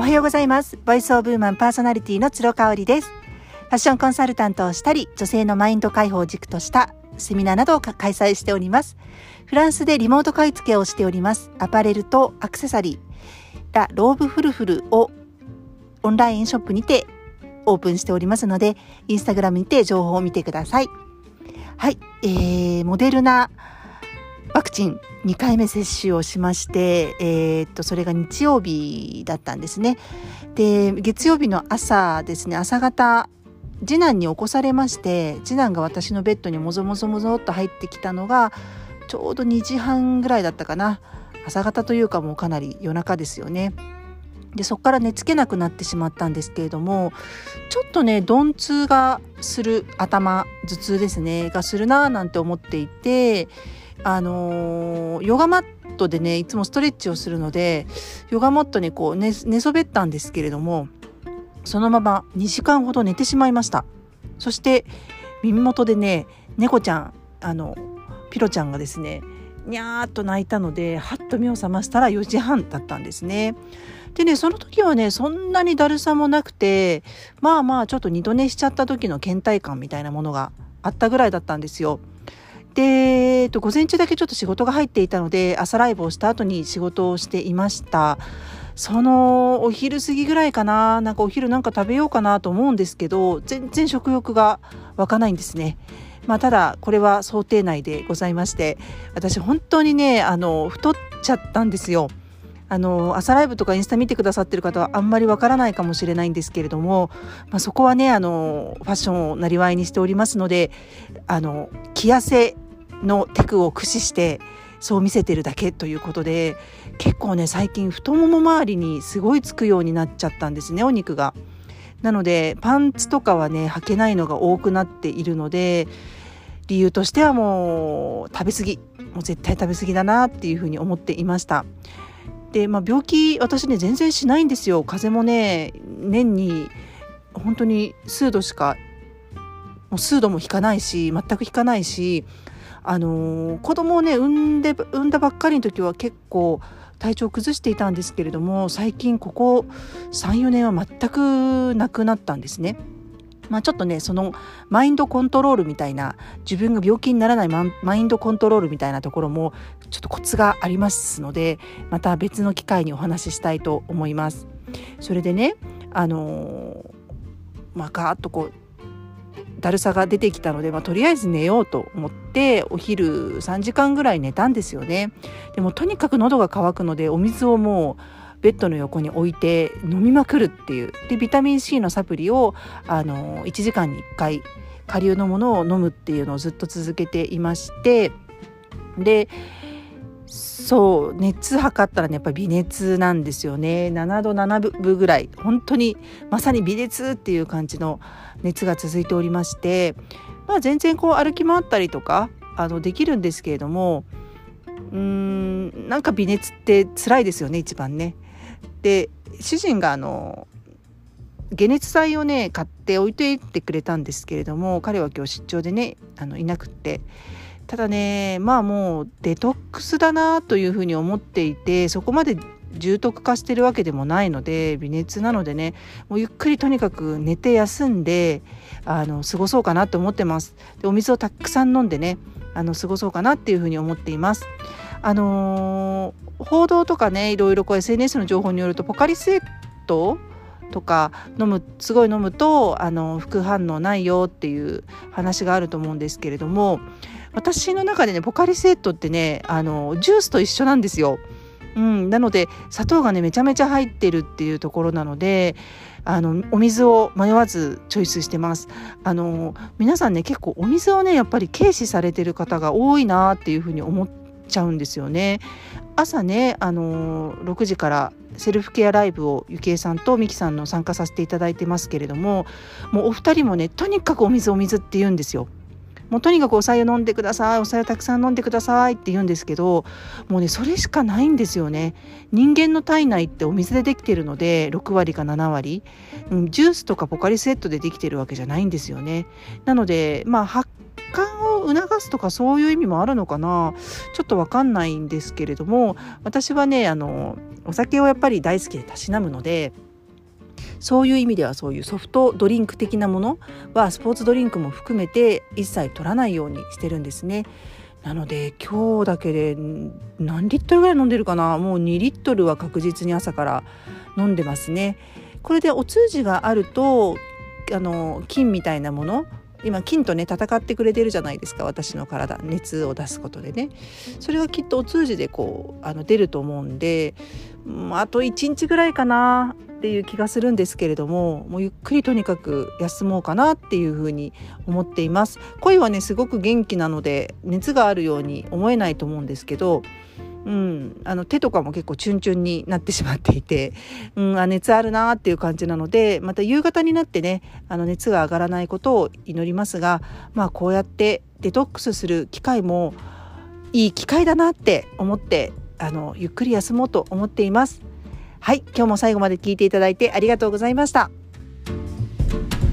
はようございます。ボイスオブウーマンパーソナリティの鶴香織です。ファッションコンサルタントをしたり、女性のマインド解放を軸としたセミナーなどを開催しております。フランスでリモート買い付けをしております。アパレルとアクセサリー、ラ・ローブフルフルをオンラインショップにてオープンしておりますので、インスタグラムにて情報を見てください。はい、モデルナワクチン2回目接種をしまして、それが日曜日だったんですね。で、月曜日の朝ですね、朝方、次男に起こされまして、次男が私のベッドにもぞもぞもぞっと入ってきたのが、ちょうど2時半ぐらいだったかな。朝方というかもうかなり夜中ですよね。で、そこから寝つけなくなってしまったんですけれども、ちょっとね、鈍痛がする、頭痛ですね、がするななんて思っていて、ヨガマットでね、いつもストレッチをするので、ヨガマットにこう寝そべったんですけれども、そのまま2時間ほど寝てしまいました。そして耳元でね、猫ちゃん、ピロちゃんがですね、にゃーっと泣いたので、はっと目を覚ましたら4時半だったんですね。でね、その時はね、そんなにだるさもなくて、まあちょっと二度寝しちゃった時の倦怠感みたいなものがあったぐらいだったんですよ。で、午前中だけちょっと仕事が入っていたので、朝ライブをした後に仕事をしていました。そのお昼過ぎぐらいかな、なんかお昼なんか食べようかなと思うんですけど、全然食欲が湧かないんですね。ただこれは想定内でございまして、私本当にね、太っちゃったんですよ。朝ライブとかインスタ見てくださってる方はあんまりわからないかもしれないんですけれども、そこはね、ファッションをなりわいにしておりますので、着痩せのテクを駆使してそう見せてるだけということで、結構ね、最近太もも周りにすごいつくようになっちゃったんですね、お肉が。なのでパンツとかはね、履けないのが多くなっているので、理由としてはもう食べ過ぎ、もう絶対食べ過ぎだなっていうふうに思っていました。で、病気私ね全然しないんですよ。風邪もね、年に本当に数度しか、もう数度も引かないし、全く引かないし、子供をね産んだばっかりの時は結構体調を崩していたんですけれども、最近ここ 3,4 年は全くなくなったんですね。ちょっとね、そのマインドコントロールみたいな、自分が病気にならないマインドコントロールみたいなところもちょっとコツがありますので、また別の機会にお話ししたいと思います。それでね、ガーッとこうだるさが出てきたので、とりあえず寝ようと思ってお昼3時間ぐらい寝たんですよね。でもとにかく喉が渇くので、お水をもうベッドの横に置いて飲みまくるっていう。で、ビタミン C のサプリを1時間に1回顆粒のものを飲むっていうのをずっと続けていまして、で、そう、熱測ったらね、やっぱり微熱なんですよね。7度7分ぐらい、本当にまさに微熱っていう感じの熱が続いておりまして、全然こう歩き回ったりとかできるんですけれども、なんか微熱って辛いですよね、一番ね。で、主人が解熱剤をね買って置いていってくれたんですけれども、彼は今日出張でねいなくって、ただね、もうデトックスだなというふうに思っていて、そこまで重篤化してるわけでもないので、微熱なのでね、もうゆっくりとにかく寝て休んで過ごそうかなと思ってます。で、お水をたくさん飲んでね過ごそうかなっていうふうに思っています。報道とかね、いろいろこう SNS の情報によると、ポカリスエットとかすごい飲むと副反応ないよっていう話があると思うんですけれども、私の中でね、ポカリスエットってねジュースと一緒なんですよ。なので砂糖がねめちゃめちゃ入ってるっていうところなので、お水を迷わずチョイスしてます。皆さんね、結構お水をねやっぱり軽視されてる方が多いなっていうふうに思っちゃうんですよね。朝ね6時からセルフケアライブをゆきえさんとみきさんの参加させていただいてますけれども、もうお二人もねとにかくお水って言うんですよ。もうとにかくお白湯飲んでください、お白湯たくさん飲んでくださいって言うんですけど、もうねそれしかないんですよね。人間の体内ってお水でできてるので6割か7割、ジュースとかポカリスエットでできてるわけじゃないんですよね。なので発汗を促すとかそういう意味もあるのかな、ちょっとわかんないんですけれども、私はねお酒をやっぱり大好きでたしなむので、 そういう意味ではそういうソフトドリンク的なものはスポーツドリンクも含めて一切取らないようにしてるんですね。なので今日だけで何リットルぐらい飲んでるかな。もう2リットルは確実に朝から飲んでますね。これでお通じがあると菌みたいなもの、今菌とね戦ってくれてるじゃないですか、私の体、熱を出すことでね。それがきっとお通じで出ると思うんで、あと1日ぐらいかなっていう気がするんですけれども、もうゆっくりとにかく休もうかなっていうふうに思っています。声はねすごく元気なので熱があるように思えないと思うんですけど、手とかも結構チュンチュンになってしまっていて、熱あるなっていう感じなので、また夕方になってね熱が上がらないことを祈りますが、こうやってデトックスする機会もいい機会だなって思ってゆっくり休もうと思っています。はい、今日も最後まで聞いていただいてありがとうございました。